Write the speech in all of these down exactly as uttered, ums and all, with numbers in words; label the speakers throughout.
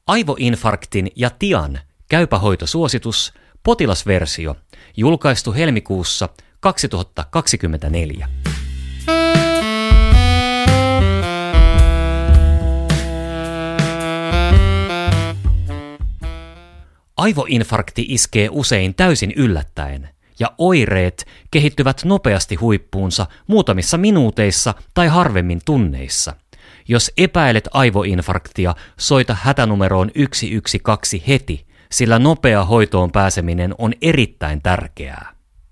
Speaker 1: Aivoinfarktin ja tian käypähoitosuositus, potilasversio, julkaistu helmikuussa kaksituhattakaksikymmentäneljä. Aivoinfarkti iskee usein täysin yllättäen, ja oireet kehittyvät nopeasti huippuunsa muutamissa minuuteissa tai harvemmin tunneissa. Jos epäilet aivoinfarktia, soita hätänumeroon yksi yksi kaksi heti, sillä nopea hoitoon pääseminen on erittäin tärkeää.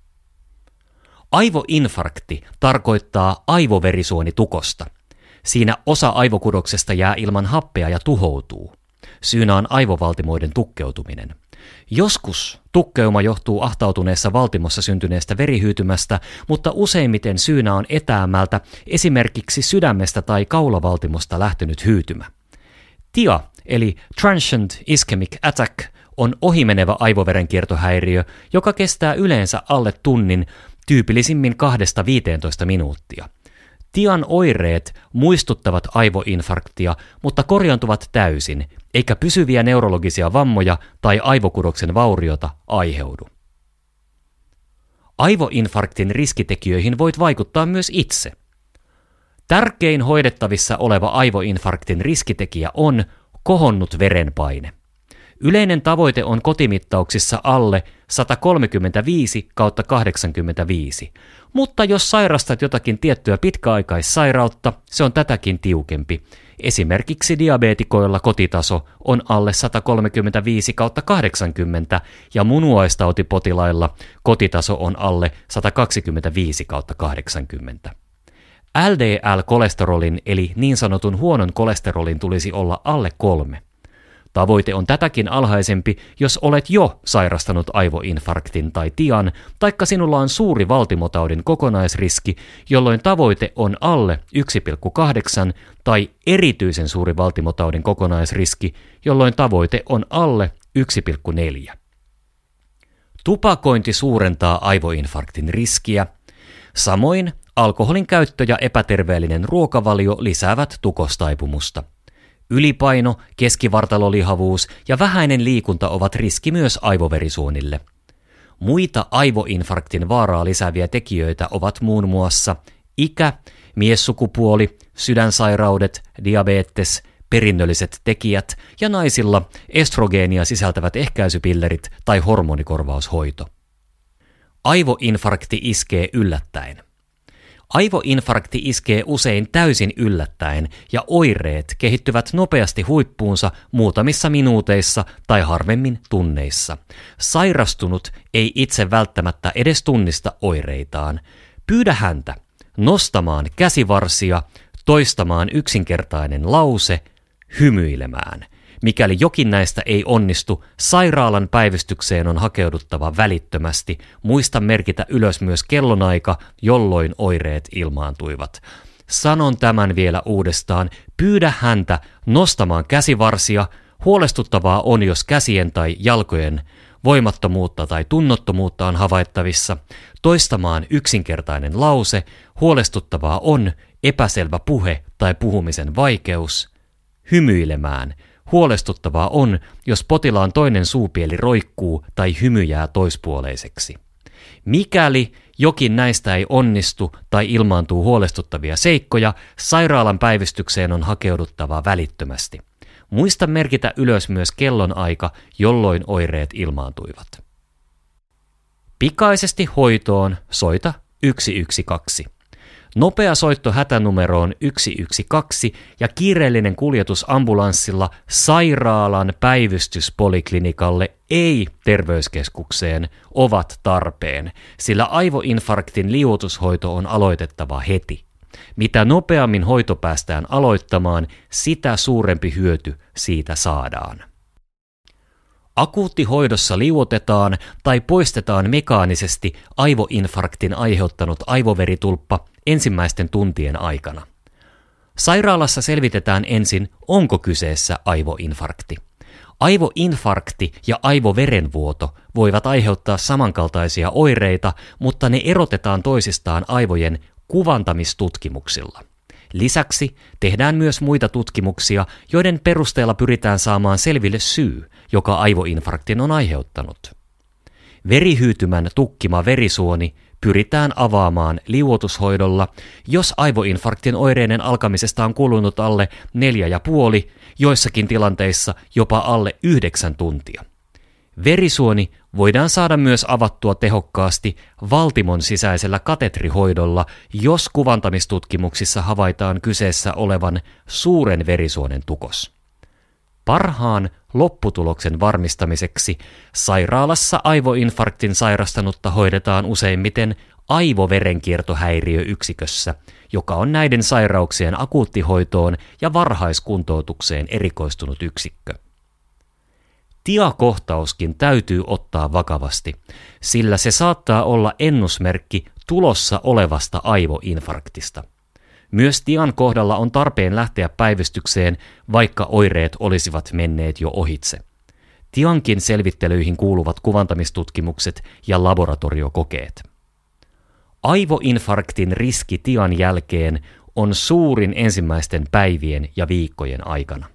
Speaker 1: Aivoinfarkti tarkoittaa aivoverisuonitukosta. Siinä osa aivokudoksesta jää ilman happea ja tuhoutuu. Syynä on aivovaltimoiden tukkeutuminen. Joskus tukkeuma johtuu ahtautuneessa valtimossa syntyneestä verihyytymästä, mutta useimmiten syynä on etäämmältä, esimerkiksi sydämestä tai kaulavaltimosta lähtenyt hyytymä. T I A eli Transient Ischemic Attack on ohimenevä aivoverenkiertohäiriö, joka kestää yleensä alle tunnin, tyypillisimmin kahdesta viiteentoista minuuttia. T I An oireet muistuttavat aivoinfarktia, mutta korjaantuvat täysin, eikä pysyviä neurologisia vammoja tai aivokudoksen vauriota aiheudu. Aivoinfarktin riskitekijöihin voit vaikuttaa myös itse. Tärkein hoidettavissa oleva aivoinfarktin riskitekijä on kohonnut verenpaine. Yleinen tavoite on kotimittauksissa alle sata kolmekymmentäviisi kautta kahdeksankymmentäviisi, mutta jos sairastat jotakin tiettyä pitkäaikaissairautta, se on tätäkin tiukempi. Esimerkiksi diabeetikoilla kotitaso on alle sata kolmekymmentäviisi kautta kahdeksankymmentä ja munuaistautipotilailla kotitaso on alle sata kaksikymmentäviisi kautta kahdeksankymmentä. L D L-kolesterolin eli niin sanotun huonon kolesterolin tulisi olla alle kolme. Tavoite on tätäkin alhaisempi, jos olet jo sairastanut aivoinfarktin tai T I An, taikka sinulla on suuri valtimotaudin kokonaisriski, jolloin tavoite on alle yksi pilkku kahdeksan, tai erityisen suuri valtimotaudin kokonaisriski, jolloin tavoite on alle yksi pilkku neljä. Tupakointi suurentaa aivoinfarktin riskiä. Samoin alkoholin käyttö ja epäterveellinen ruokavalio lisäävät tukostaipumusta. Ylipaino, keskivartalolihavuus ja vähäinen liikunta ovat riski myös aivoverisuonille. Muita aivoinfarktin vaaraa lisääviä tekijöitä ovat muun muassa ikä, miessukupuoli, sydänsairaudet, diabetes, perinnölliset tekijät ja naisilla estrogeenia sisältävät ehkäisypillerit tai hormonikorvaushoito. Aivoinfarkti iskee yllättäen. Aivoinfarkti iskee usein täysin yllättäen ja oireet kehittyvät nopeasti huippuunsa muutamissa minuuteissa tai harvemmin tunneissa. Sairastunut ei itse välttämättä edes tunnista oireitaan. Pyydä häntä nostamaan käsivarsia, toistamaan yksinkertainen lause, hymyilemään. Mikäli jokin näistä ei onnistu, sairaalan päivystykseen on hakeuduttava välittömästi. Muista merkitä ylös myös kellonaika, jolloin oireet ilmaantuivat. Sanon tämän vielä uudestaan. Pyydä häntä nostamaan käsivarsia. Huolestuttavaa on, jos käsien tai jalkojen voimattomuutta tai tunnottomuutta on havaittavissa. Toistamaan yksinkertainen lause. Huolestuttavaa on epäselvä puhe tai puhumisen vaikeus. Hymyilemään. Huolestuttavaa on, jos potilaan toinen suupieli roikkuu tai hymy jää toispuoleiseksi. Mikäli jokin näistä ei onnistu tai ilmaantuu huolestuttavia seikkoja, sairaalan päivystykseen on hakeuduttava välittömästi. Muista merkitä ylös myös kellonaika, jolloin oireet ilmaantuivat. Pikaisesti hoitoon soita yksi yksi kaksi. Nopea soitto hätänumeroon yksi yksi kaksi ja kiireellinen kuljetus ambulanssilla sairaalan päivystyspoliklinikalle, ei terveyskeskukseen, ovat tarpeen, sillä aivoinfarktin liuotushoito on aloitettava heti. Mitä nopeammin hoito päästään aloittamaan, sitä suurempi hyöty siitä saadaan. Akuuttihoidossa liuotetaan tai poistetaan mekaanisesti aivoinfarktin aiheuttanut aivoveritulppa ensimmäisten tuntien aikana. Sairaalassa selvitetään ensin, onko kyseessä aivoinfarkti. Aivoinfarkti ja aivoverenvuoto voivat aiheuttaa samankaltaisia oireita, mutta ne erotetaan toisistaan aivojen kuvantamistutkimuksilla. Lisäksi tehdään myös muita tutkimuksia, joiden perusteella pyritään saamaan selville syy, joka aivoinfarktin on aiheuttanut. Verihyytymän tukkima verisuoni pyritään avaamaan liuotushoidolla, jos aivoinfarktin oireiden alkamisesta on kulunut alle neljä ja puoli, joissakin tilanteissa jopa alle yhdeksän tuntia. Verisuoni voidaan saada myös avattua tehokkaasti valtimon sisäisellä katetrihoidolla, jos kuvantamistutkimuksissa havaitaan kyseessä olevan suuren verisuonen tukos. Parhaan lopputuloksen varmistamiseksi sairaalassa aivoinfarktin sairastanutta hoidetaan useimmiten aivoverenkiertohäiriöyksikössä, joka on näiden sairauksien akuuttihoitoon ja varhaiskuntoutukseen erikoistunut yksikkö. T I A-kohtauskin täytyy ottaa vakavasti, sillä se saattaa olla ennusmerkki tulossa olevasta aivoinfarktista. Myös T I A:n kohdalla on tarpeen lähteä päivystykseen, vaikka oireet olisivat menneet jo ohitse. T I Ankin selvittelyihin kuuluvat kuvantamistutkimukset ja laboratoriokokeet. Aivoinfarktin riski T I An jälkeen on suurin ensimmäisten päivien ja viikkojen aikana.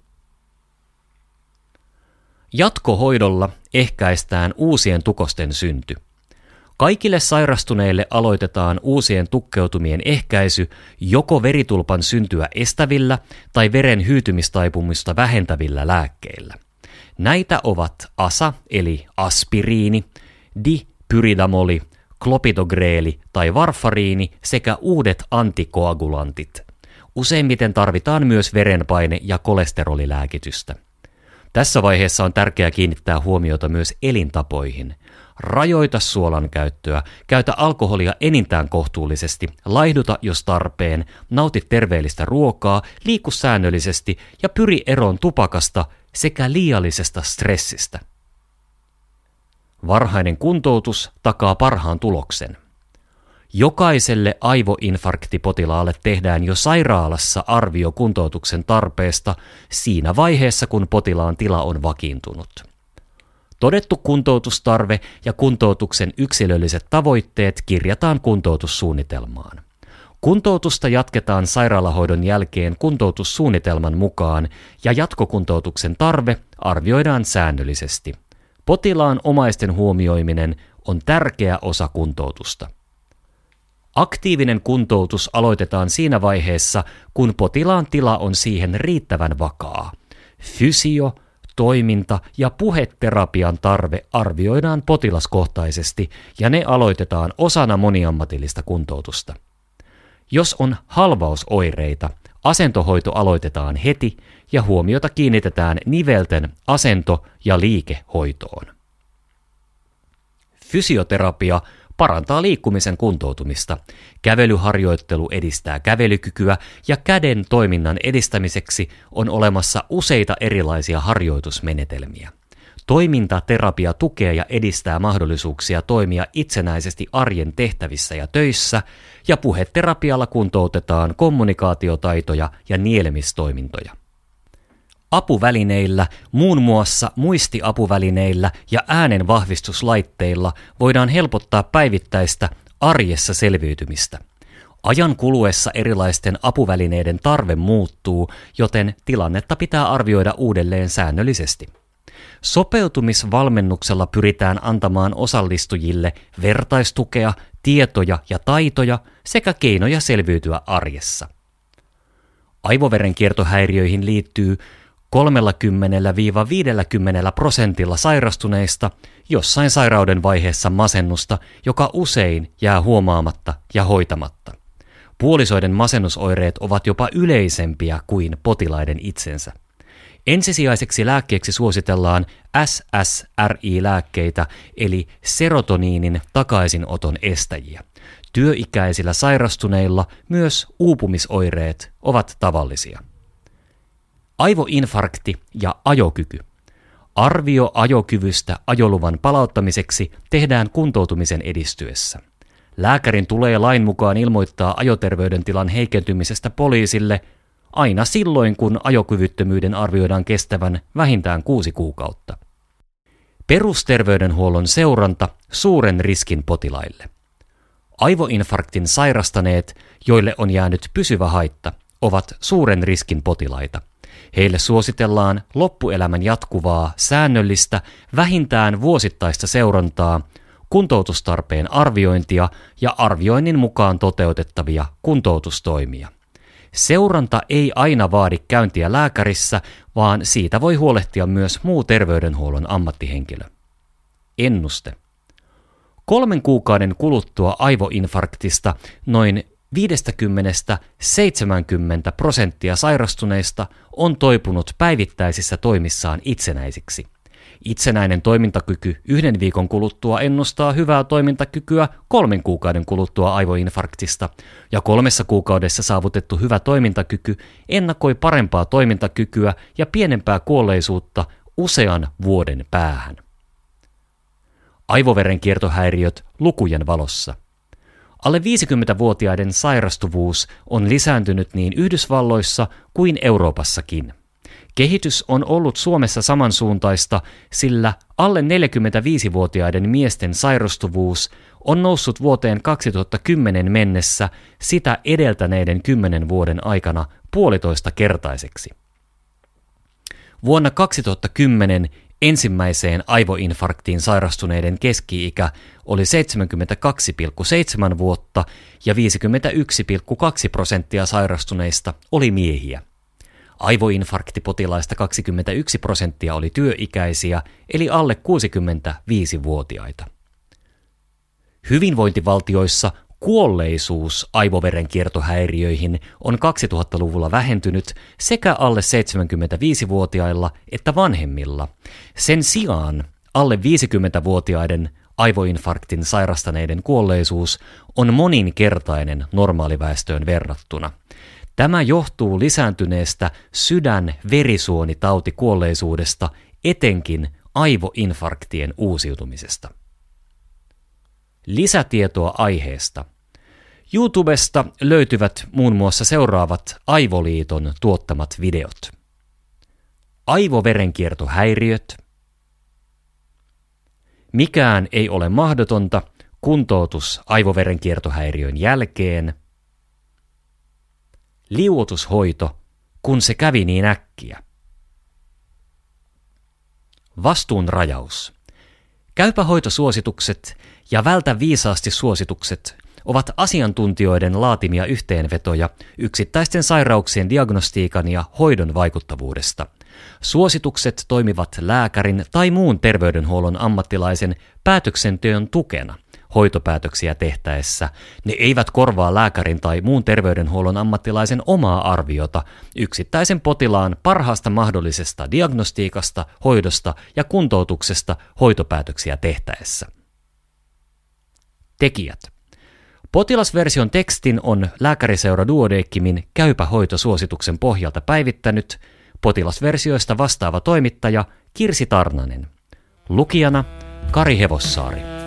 Speaker 1: Jatkohoidolla ehkäistään uusien tukosten synty. Kaikille sairastuneille aloitetaan uusien tukkeutumien ehkäisy joko veritulpan syntyä estävillä tai veren hyytymistaipumusta vähentävillä lääkkeillä. Näitä ovat asa eli aspiriini, dipyridamoli, klopidogreeli tai varfariini sekä uudet antikoagulantit. Useimmiten tarvitaan myös verenpaine- ja kolesterolilääkitystä. Tässä vaiheessa on tärkeää kiinnittää huomiota myös elintapoihin. Rajoita suolan käyttöä, käytä alkoholia enintään kohtuullisesti, laihduta jos tarpeen, nauti terveellistä ruokaa, liiku säännöllisesti ja pyri eroon tupakasta sekä liiallisesta stressistä. Varhainen kuntoutus takaa parhaan tuloksen. Jokaiselle aivoinfarktipotilaalle tehdään jo sairaalassa arvio kuntoutuksen tarpeesta siinä vaiheessa, kun potilaan tila on vakiintunut. Todettu kuntoutustarve ja kuntoutuksen yksilölliset tavoitteet kirjataan kuntoutussuunnitelmaan. Kuntoutusta jatketaan sairaalahoidon jälkeen kuntoutussuunnitelman mukaan ja jatkokuntoutuksen tarve arvioidaan säännöllisesti. Potilaan omaisten huomioiminen on tärkeä osa kuntoutusta. Aktiivinen kuntoutus aloitetaan siinä vaiheessa, kun potilaan tila on siihen riittävän vakaa. Fysio, toiminta ja puheterapian tarve arvioidaan potilaskohtaisesti ja ne aloitetaan osana moniammatillista kuntoutusta. Jos on halvausoireita, asentohoito aloitetaan heti ja huomiota kiinnitetään nivelten asento- ja liikehoitoon. Fysioterapia parantaa liikkumisen kuntoutumista. Kävelyharjoittelu edistää kävelykykyä ja käden toiminnan edistämiseksi on olemassa useita erilaisia harjoitusmenetelmiä. Toimintaterapia tukee ja edistää mahdollisuuksia toimia itsenäisesti arjen tehtävissä ja töissä, ja puheterapialla kuntoutetaan kommunikaatiotaitoja ja nielemistoimintoja. Apuvälineillä, muun muassa muistiapuvälineillä ja äänenvahvistuslaitteilla voidaan helpottaa päivittäistä arjessa selviytymistä. Ajan kuluessa erilaisten apuvälineiden tarve muuttuu, joten tilannetta pitää arvioida uudelleen säännöllisesti. Sopeutumisvalmennuksella pyritään antamaan osallistujille vertaistukea, tietoja ja taitoja sekä keinoja selviytyä arjessa. Aivoverenkiertohäiriöihin liittyy kolmekymmentä–viisikymmentä prosentilla sairastuneista jossain sairauden vaiheessa masennusta, joka usein jää huomaamatta ja hoitamatta. Puolisoiden masennusoireet ovat jopa yleisempiä kuin potilaiden itsensä. Ensisijaiseksi lääkkeeksi suositellaan S S R I-lääkkeitä eli serotoniinin takaisinoton estäjiä. Työikäisillä sairastuneilla myös uupumisoireet ovat tavallisia. Aivoinfarkti ja ajokyky. Arvio ajokyvystä ajoluvan palauttamiseksi tehdään kuntoutumisen edistyessä. Lääkärin tulee lain mukaan ilmoittaa ajoterveydentilan heikentymisestä poliisille aina silloin, kun ajokyvyttömyyden arvioidaan kestävän vähintään kuusi kuukautta. Perusterveydenhuollon seuranta suuren riskin potilaille. Aivoinfarktin sairastaneet, joille on jäänyt pysyvä haitta, ovat suuren riskin potilaita. Heille suositellaan loppuelämän jatkuvaa, säännöllistä, vähintään vuosittaista seurantaa, kuntoutustarpeen arviointia ja arvioinnin mukaan toteutettavia kuntoutustoimia. Seuranta ei aina vaadi käyntiä lääkärissä, vaan siitä voi huolehtia myös muu terveydenhuollon ammattihenkilö. Ennuste. Kolmen kuukauden kuluttua aivoinfarktista noin viisikymmentä seitsemänkymmentä prosenttia sairastuneista on toipunut päivittäisissä toimissaan itsenäisiksi. Itsenäinen toimintakyky yhden viikon kuluttua ennustaa hyvää toimintakykyä kolmen kuukauden kuluttua aivoinfarktista, ja kolmessa kuukaudessa saavutettu hyvä toimintakyky ennakoi parempaa toimintakykyä ja pienempää kuolleisuutta usean vuoden päähän. Aivoverenkiertohäiriöt lukujen valossa. Alle viisikymmentävuotiaiden sairastuvuus on lisääntynyt niin Yhdysvalloissa kuin Euroopassakin. Kehitys on ollut Suomessa samansuuntaista, sillä alle neljäkymmentäviisivuotiaiden miesten sairastuvuus on noussut vuoteen kaksituhattakymmenen mennessä sitä edeltäneiden kymmenen vuoden aikana puolitoista kertaiseksi. Vuonna kaksituhattakymmenen ensimmäiseen aivoinfarktiin sairastuneiden keski-ikä oli seitsemänkymmentäkaksi pilkku seitsemän vuotta ja viisikymmentäyksi pilkku kaksi prosenttia sairastuneista oli miehiä. Aivoinfarktipotilaista kaksikymmentäyksi prosenttia oli työikäisiä, eli alle kuusikymmentäviisivuotiaita. Hyvinvointivaltioissa kuolleisuus aivoverenkiertohäiriöihin on kaksituhattaluvulla vähentynyt sekä alle seitsemänkymmentäviisivuotiailla että vanhemmilla. Sen sijaan alle viisikymmentävuotiaiden aivoinfarktin sairastaneiden kuolleisuus on moninkertainen normaaliväestöön verrattuna. Tämä johtuu lisääntyneestä sydän-verisuonitautikuolleisuudesta, etenkin aivoinfarktien uusiutumisesta. Lisätietoa aiheesta. YouTubesta löytyvät muun muassa seuraavat Aivoliiton tuottamat videot. Aivoverenkiertohäiriöt. Mikään ei ole mahdotonta. Kuntoutus aivoverenkiertohäiriön jälkeen. Liuotushoito, kun se kävi niin äkkiä. Vastuun rajaus. Käypä hoitosuositukset ja vältä viisaasti suositukset ovat asiantuntijoiden laatimia yhteenvetoja yksittäisten sairauksien diagnostiikan ja hoidon vaikuttavuudesta. Suositukset toimivat lääkärin tai muun terveydenhuollon ammattilaisen päätöksenteon tukena hoitopäätöksiä tehtäessä. Ne eivät korvaa lääkärin tai muun terveydenhuollon ammattilaisen omaa arviota yksittäisen potilaan parhaasta mahdollisesta diagnostiikasta, hoidosta ja kuntoutuksesta hoitopäätöksiä tehtäessä. Tekijät. Potilasversion tekstin on Lääkäriseura Duodecimin Käypä hoitosuosituksen pohjalta päivittänyt potilasversioista vastaava toimittaja Kirsi Tarnanen. Lukijana Kari Hevossaari.